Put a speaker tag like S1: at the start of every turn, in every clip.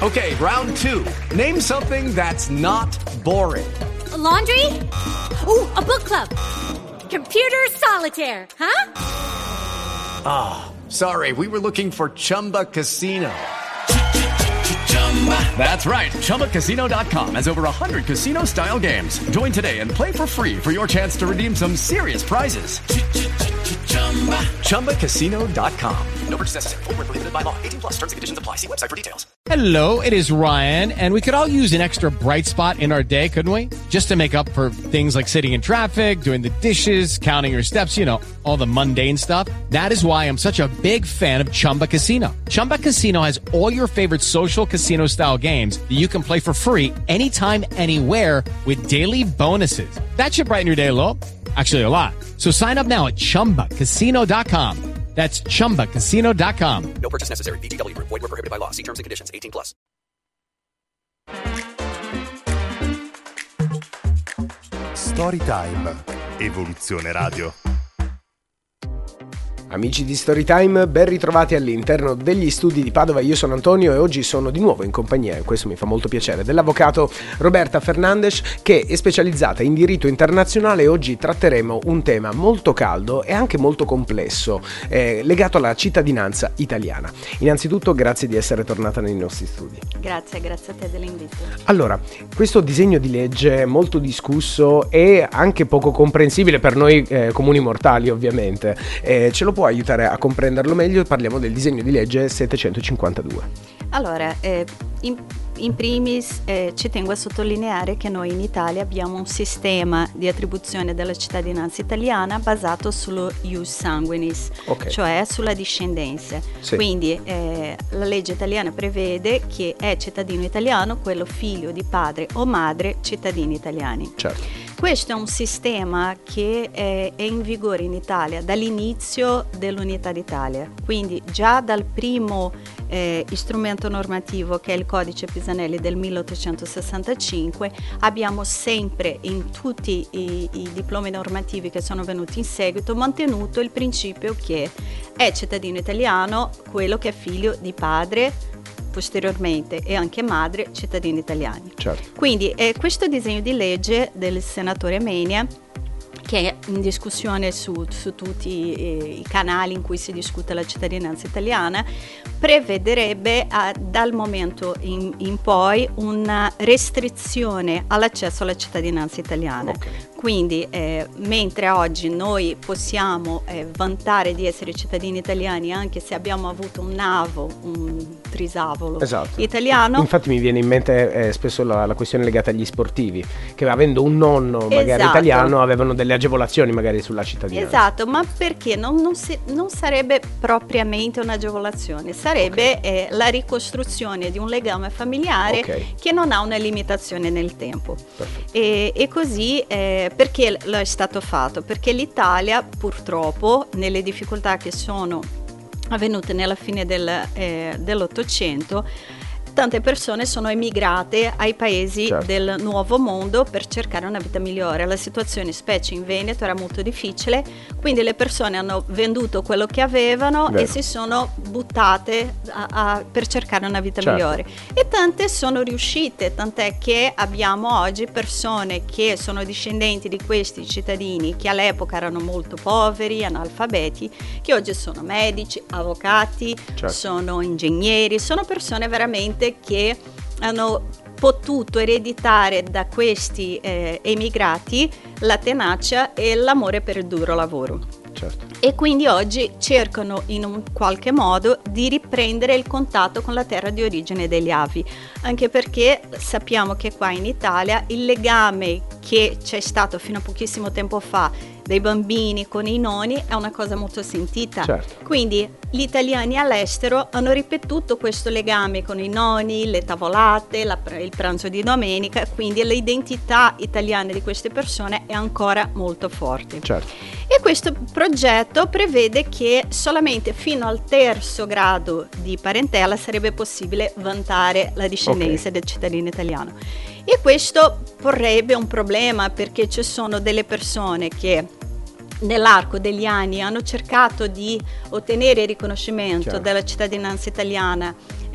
S1: Okay, round 2. Name something that's not boring.
S2: A laundry? Ooh, a book club. Computer solitaire, huh?
S1: Ah, sorry, we were looking for Chumba Casino. That's right, ChumbaCasino.com has over 100 casino-style games. Join today and play for free for your chance to redeem some serious prizes. ChumbaCasino.com. No purchase necessary. Void where prohibited by law. 18+ terms and conditions apply. See website for details.
S3: Hello, it is Ryan, and we could all use an extra bright spot in our day, couldn't we? Just to make up for things like sitting in traffic, doing the dishes, counting your steps, all the mundane stuff. That is why I'm such a big fan of Chumba Casino. Chumba Casino has all your favorite social casino-style games that you can play for free anytime, anywhere with daily bonuses. That should brighten your day a little. Actually, a lot. So sign up now at ChumbaCasino.com. That's ChumbaCasino.com.
S1: No purchase necessary. VGW Group. Void where prohibited by law. See terms and conditions. 18+.
S4: Storytime. Evoluzione Radio.
S5: Amici di Storytime, ben ritrovati all'interno degli studi di Padova. Io sono Antonio e oggi sono di nuovo in compagnia, e questo mi fa molto piacere, dell'avvocato Roberta Fernandes, che è specializzata in diritto internazionale, e oggi tratteremo un tema molto caldo e anche molto complesso, legato alla cittadinanza italiana. Innanzitutto grazie di essere tornata nei nostri studi.
S6: Grazie a te dell'invito.
S5: Allora, questo disegno di legge molto discusso e anche poco comprensibile per noi comuni mortali, ovviamente, ce lo può aiutare a comprenderlo meglio? Parliamo del disegno di legge 752.
S6: Allora, in primis ci tengo a sottolineare che noi in Italia abbiamo un sistema di attribuzione della cittadinanza italiana basato sullo ius sanguinis, cioè sulla discendenza.
S5: Sì.
S6: Quindi la legge italiana prevede che è cittadino italiano quello figlio di padre o madre cittadini italiani.
S5: Certo.
S6: Questo è un sistema che è in vigore in Italia dall'inizio dell'Unità d'Italia, quindi già dal primo strumento normativo, che è il Codice Pisanelli del 1865, abbiamo sempre in tutti i diplomi normativi che sono venuti in seguito mantenuto il principio che è cittadino italiano quello che è figlio di padre posteriormente e anche madre cittadini italiani.
S5: Certo.
S6: Quindi questo disegno di legge del senatore Menia, che è in discussione su tutti i canali in cui si discute la cittadinanza italiana, prevederebbe dal momento in poi una restrizione all'accesso alla cittadinanza italiana. Quindi mentre oggi noi possiamo vantare di essere cittadini italiani anche se abbiamo avuto un trisavolo italiano.
S5: Infatti mi viene in mente spesso la questione legata agli sportivi, che avendo un nonno magari italiano avevano delle agevolazioni magari sulla cittadinanza.
S6: Esatto, ma perché non sarebbe propriamente un'agevolazione, sarebbe la ricostruzione di un legame familiare che non ha una limitazione nel tempo. E così perché lo è stato fatto? Perché l'Italia purtroppo nelle difficoltà che sono avvenute nella fine dell'Ottocento, tante persone sono emigrate ai paesi del nuovo mondo per cercare una vita migliore. La situazione, specie in Veneto, era molto difficile, quindi le persone hanno venduto quello che avevano e si sono buttate per cercare una vita migliore. E tante sono riuscite, tant'è che abbiamo oggi persone che sono discendenti di questi cittadini che all'epoca erano molto poveri, analfabeti, che oggi sono medici, avvocati, sono ingegneri, sono persone veramente che hanno potuto ereditare da questi emigrati la tenacia e l'amore per il duro lavoro. E quindi oggi cercano in un qualche modo di riprendere il contatto con la terra di origine degli avi, anche perché sappiamo che qua in Italia il legame che c'è stato fino a pochissimo tempo fa dei bambini con i nonni è una cosa molto sentita. Quindi gli italiani all'estero hanno ripetuto questo legame con i nonni, le tavolate, il pranzo di domenica, quindi l'identità italiana di queste persone è ancora molto forte. E questo progetto prevede che solamente fino al 3° grado di parentela sarebbe possibile vantare la discendenza del cittadino italiano. E questo porrebbe un problema, perché ci sono delle persone che nell'arco degli anni hanno cercato di ottenere il riconoscimento della cittadinanza italiana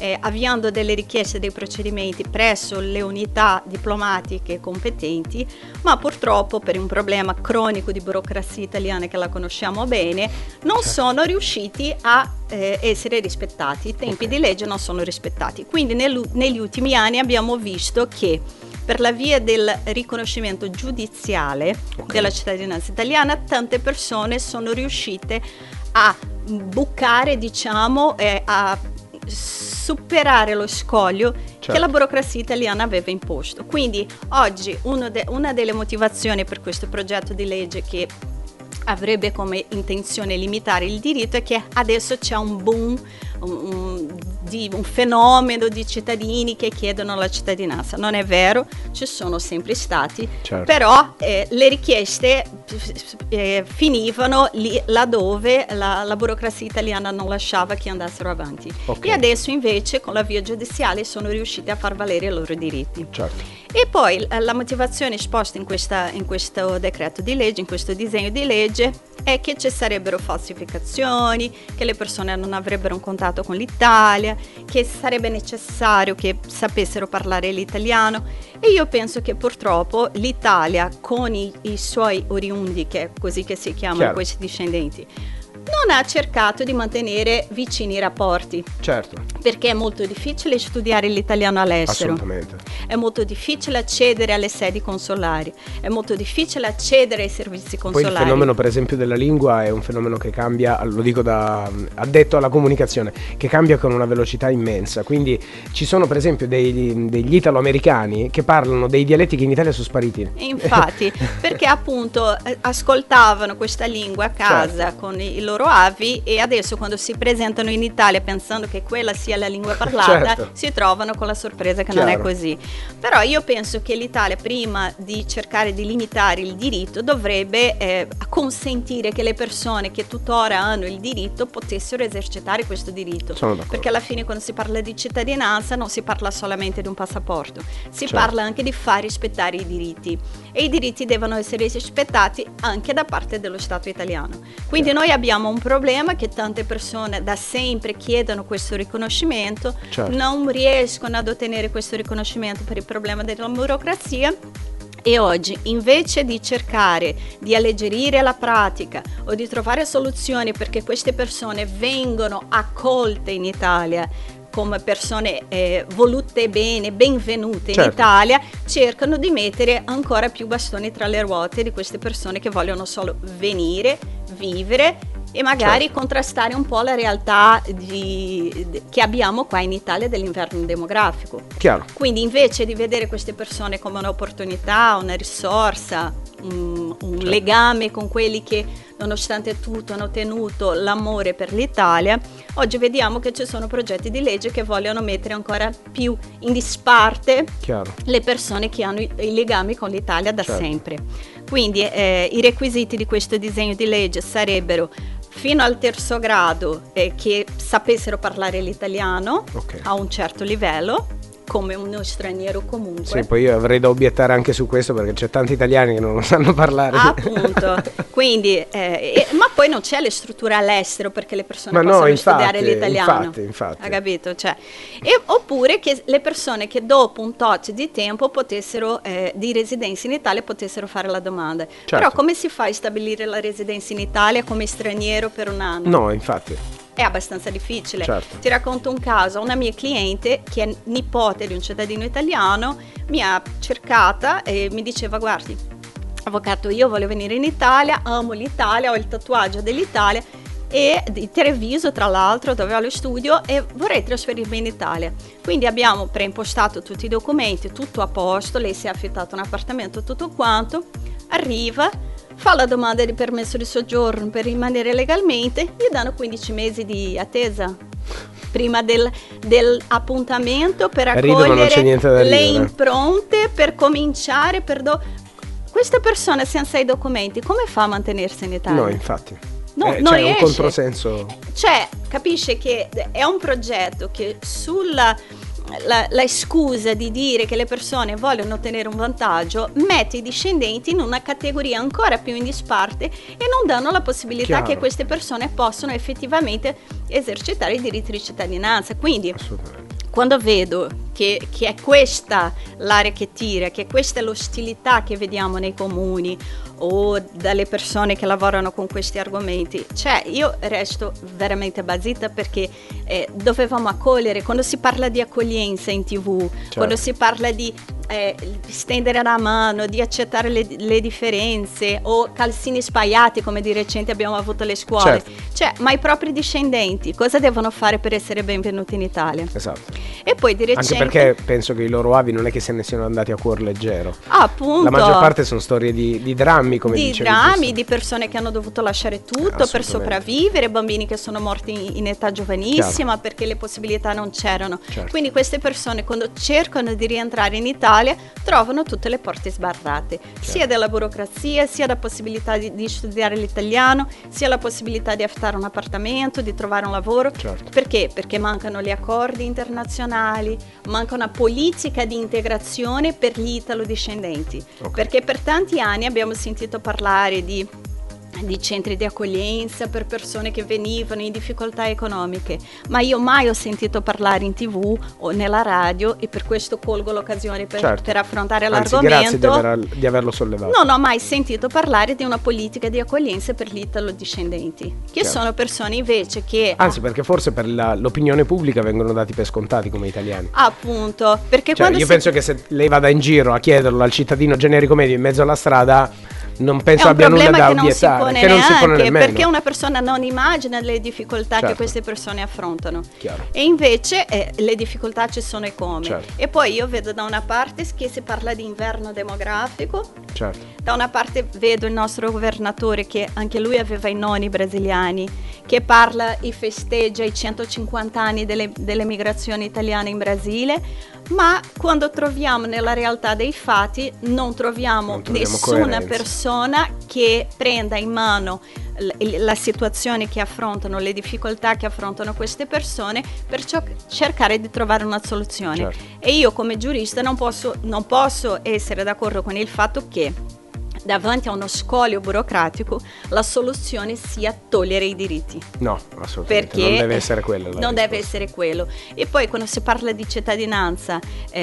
S6: avviando delle richieste dei procedimenti presso le unità diplomatiche competenti, ma purtroppo per un problema cronico di burocrazia italiana che la conosciamo bene, non sono riusciti a essere rispettati. I tempi di legge non sono rispettati. Quindi negli ultimi anni abbiamo visto che per la via del riconoscimento giudiziale della cittadinanza italiana, tante persone sono riuscite a bucare, diciamo, a superare lo scoglio che la burocrazia italiana aveva imposto. Quindi oggi una delle motivazioni per questo progetto di legge, che avrebbe come intenzione limitare il diritto, è che adesso c'è un boom, un fenomeno di cittadini che chiedono la cittadinanza. Non è vero, ci sono sempre stati, però le richieste finivano lì laddove la burocrazia italiana non lasciava che andassero avanti. E adesso invece con la via giudiziale sono riusciti a far valere i loro diritti. E poi la motivazione esposta in questo decreto di legge, in questo disegno di legge, è che ci sarebbero falsificazioni, che le persone non avrebbero un contatto con l'Italia, che sarebbe necessario che sapessero parlare l'italiano. E io penso che purtroppo l'Italia, con i suoi oriundi, che è così che si chiamano questi discendenti, non ha cercato di mantenere vicini i rapporti. Perché è molto difficile studiare l'italiano all'estero. È molto difficile accedere alle sedi consolari. È molto difficile accedere ai servizi consolari.
S5: Poi il fenomeno, per esempio, della lingua è un fenomeno che cambia, lo dico da addetto alla comunicazione, che cambia con una velocità immensa. Quindi ci sono, per esempio, degli italo-americani che parlano dei dialetti che in Italia sono spariti.
S6: Infatti, perché appunto ascoltavano questa lingua a casa con i loro avi, e adesso quando si presentano in Italia pensando che quella sia la lingua parlata, si trovano con la sorpresa che non è così. Però io penso che l'Italia, prima di cercare di limitare il diritto, dovrebbe consentire che le persone che tuttora hanno il diritto potessero esercitare questo diritto. Perché alla fine, quando si parla di cittadinanza, non si parla solamente di un passaporto, si parla anche di far rispettare i diritti, e i diritti devono essere rispettati anche da parte dello Stato italiano. Quindi noi abbiamo un problema che tante persone da sempre chiedono questo riconoscimento, non riescono ad ottenere questo riconoscimento per il problema della burocrazia. E oggi, invece di cercare di alleggerire la pratica o di trovare soluzioni perché queste persone vengano accolte in Italia come persone volute bene, benvenute in Italia, cercano di mettere ancora più bastoni tra le ruote di queste persone che vogliono solo venire, vivere e magari contrastare un po' la realtà che abbiamo qua in Italia dell'inverno demografico. Quindi invece di vedere queste persone come un'opportunità, una risorsa, un legame con quelli che nonostante tutto hanno tenuto l'amore per l'Italia, oggi vediamo che ci sono progetti di legge che vogliono mettere ancora più in disparte le persone che hanno i legami con l'Italia da sempre. Quindi i requisiti di questo disegno di legge sarebbero fino al terzo grado che sapessero parlare l'italiano a un certo livello, come uno straniero comunque.
S5: Poi io avrei da obiettare anche su questo, perché c'è tanti italiani che non lo sanno parlare.
S6: Appunto, quindi, ma poi non c'è le strutture all'estero perché le persone possono studiare l'italiano.
S5: Infatti.
S6: Ha capito? Oppure che le persone che dopo un tot di tempo potessero, di residenza in Italia, potessero fare la domanda. Però come si fa a stabilire la residenza in Italia come straniero per un anno?
S5: No, infatti.
S6: È abbastanza difficile. Ti racconto un caso. Una mia cliente, che è nipote di un cittadino italiano, mi ha cercata e mi diceva: guardi, avvocato, io voglio venire in Italia, amo l'Italia, ho il tatuaggio dell'Italia e di Treviso, tra l'altro, dove ho lo studio, e vorrei trasferirmi in Italia. Quindi abbiamo preimpostato tutti i documenti, tutto a posto, lei si è affittato un appartamento, tutto quanto, arriva, fa la domanda di permesso di soggiorno per rimanere legalmente, gli danno 15 mesi di attesa prima dell'appuntamento per accogliere le impronte, per cominciare, questa persona senza i documenti come fa a mantenersi in Italia?
S5: No, infatti.
S6: Non
S5: c'è
S6: riesce.
S5: un controsenso.
S6: Capisce che è un progetto che sulla la scusa di dire che le persone vogliono ottenere un vantaggio mette i discendenti in una categoria ancora più in disparte e non danno la possibilità che queste persone possano effettivamente esercitare i diritti di cittadinanza. Quindi quando vedo che è questa l'area che tira, che questa è l'ostilità che vediamo nei comuni o dalle persone che lavorano con questi argomenti, cioè io resto veramente basita, perché dovevamo accogliere, quando si parla di accoglienza in TV, quando si parla di stendere la mano, di accettare le differenze, o calzini spaiati come di recente abbiamo avuto alle scuole, cioè, ma i propri discendenti cosa devono fare per essere benvenuti in Italia?
S5: Esatto.
S6: E poi di recente,
S5: anche perché penso che i loro avi non è che se ne siano andati a cuor leggero,
S6: appunto,
S5: la maggior parte sono storie di drammi, come dicevi,
S6: di drammi, di persone che hanno dovuto lasciare tutto per sopravvivere, bambini che sono morti in età giovanissima perché le possibilità non c'erano. Quindi queste persone, quando cercano di rientrare in Italia, trovano tutte le porte sbarrate, sia dalla burocrazia, sia la possibilità di studiare l'italiano, sia la possibilità di affittare un appartamento, di trovare un lavoro. Perché? Perché mancano gli accordi internazionali, manca una politica di integrazione per gli italodiscendenti, perché per tanti anni abbiamo sentito parlare di centri di accoglienza per persone che venivano in difficoltà economiche, ma io mai ho sentito parlare in TV o nella radio, e per questo colgo l'occasione per affrontare l'argomento.
S5: Grazie di averlo sollevato.
S6: Non ho mai sentito parlare di una politica di accoglienza per gli italodiscendenti, che sono persone invece che... Anzi,
S5: perché forse per l'opinione pubblica vengono dati per scontati come italiani.
S6: Appunto, perché quando
S5: io penso che se lei vada in giro a chiederlo al cittadino generico medio in mezzo alla strada, non penso abbia nulla da obiettare, che non si pone nemmeno,
S6: perché una persona non immagina le difficoltà che queste persone affrontano. E invece le difficoltà ci sono, e come. E poi io vedo da una parte che si parla di inverno demografico, da una parte vedo il nostro governatore, che anche lui aveva i nonni brasiliani, che parla e festeggia i 150 anni delle migrazioni italiane in Brasile, ma quando troviamo nella realtà dei fatti non troviamo nessuna persona che prenda in mano la situazione che affrontano, le difficoltà che affrontano queste persone, per cercare di trovare una soluzione. E io come giurista non posso essere d'accordo con il fatto che davanti a uno scoglio burocratico la soluzione sia togliere i diritti.
S5: No, assolutamente. Perché non deve essere quello.
S6: Non deve essere quello. E poi quando si parla di cittadinanza,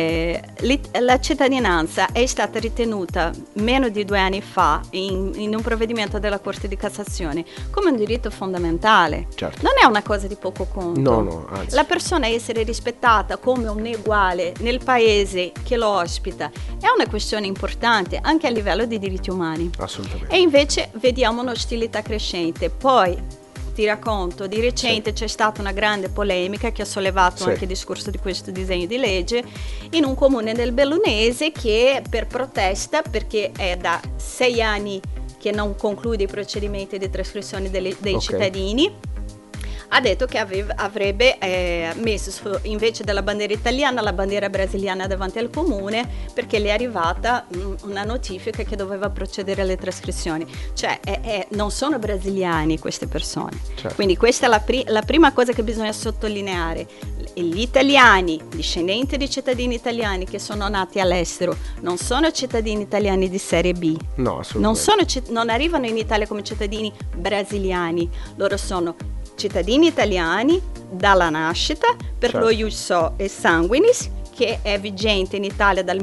S6: la cittadinanza è stata ritenuta meno di 2 anni fa in un provvedimento della Corte di Cassazione come un diritto fondamentale. Non è una cosa di poco conto.
S5: No, anzi.
S6: La persona essere rispettata come un uguale nel paese che lo ospita è una questione importante anche a livello di diritti umani.
S5: Assolutamente.
S6: E invece vediamo un'ostilità crescente. Poi ti racconto, di recente c'è stata una grande polemica che ha sollevato anche il discorso di questo disegno di legge in un comune del Bellunese, che per protesta, perché è da 6 anni che non conclude i procedimenti di trascrizione dei cittadini, ha detto che avrebbe messo invece della bandiera italiana la bandiera brasiliana davanti al comune, perché le è arrivata una notifica che doveva procedere alle trascrizioni. Cioè non sono brasiliani queste persone. Quindi questa è la prima cosa che bisogna sottolineare. Gli italiani, discendenti di cittadini italiani che sono nati all'estero, non sono cittadini italiani di serie B.
S5: No, assolutamente.
S6: Non arrivano in Italia come cittadini brasiliani. Loro sono cittadini italiani dalla nascita per lo ius sanguinis, che è vigente in Italia dal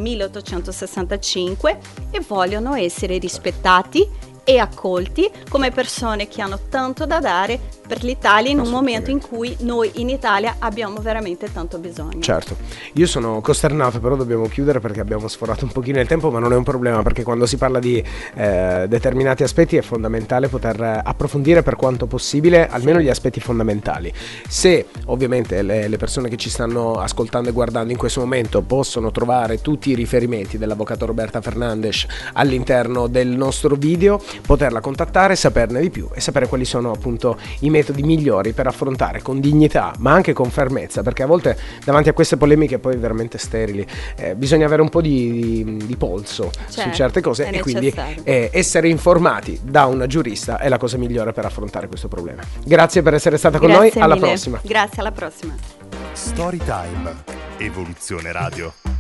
S6: 1865, e vogliono essere rispettati e accolti come persone che hanno tanto da dare per l'Italia in un momento in cui noi in Italia abbiamo veramente tanto bisogno.
S5: Io sono costernato, però dobbiamo chiudere perché abbiamo sforato un pochino il tempo, ma non è un problema, perché quando si parla di determinati aspetti è fondamentale poter approfondire per quanto possibile almeno gli aspetti fondamentali. Se ovviamente le persone che ci stanno ascoltando e guardando in questo momento possono trovare tutti i riferimenti dell'avvocato Roberta Fernandes all'interno del nostro video, poterla contattare, saperne di più e sapere quali sono appunto i metodi migliori per affrontare con dignità ma anche con fermezza, perché a volte davanti a queste polemiche poi veramente sterili bisogna avere un po' di polso su certe cose, e quindi essere informati da una giurista è la cosa migliore per affrontare questo problema. Grazie per essere stata con noi, alla prossima.
S6: Grazie, alla prossima.
S4: Storytime, Evoluzione Radio.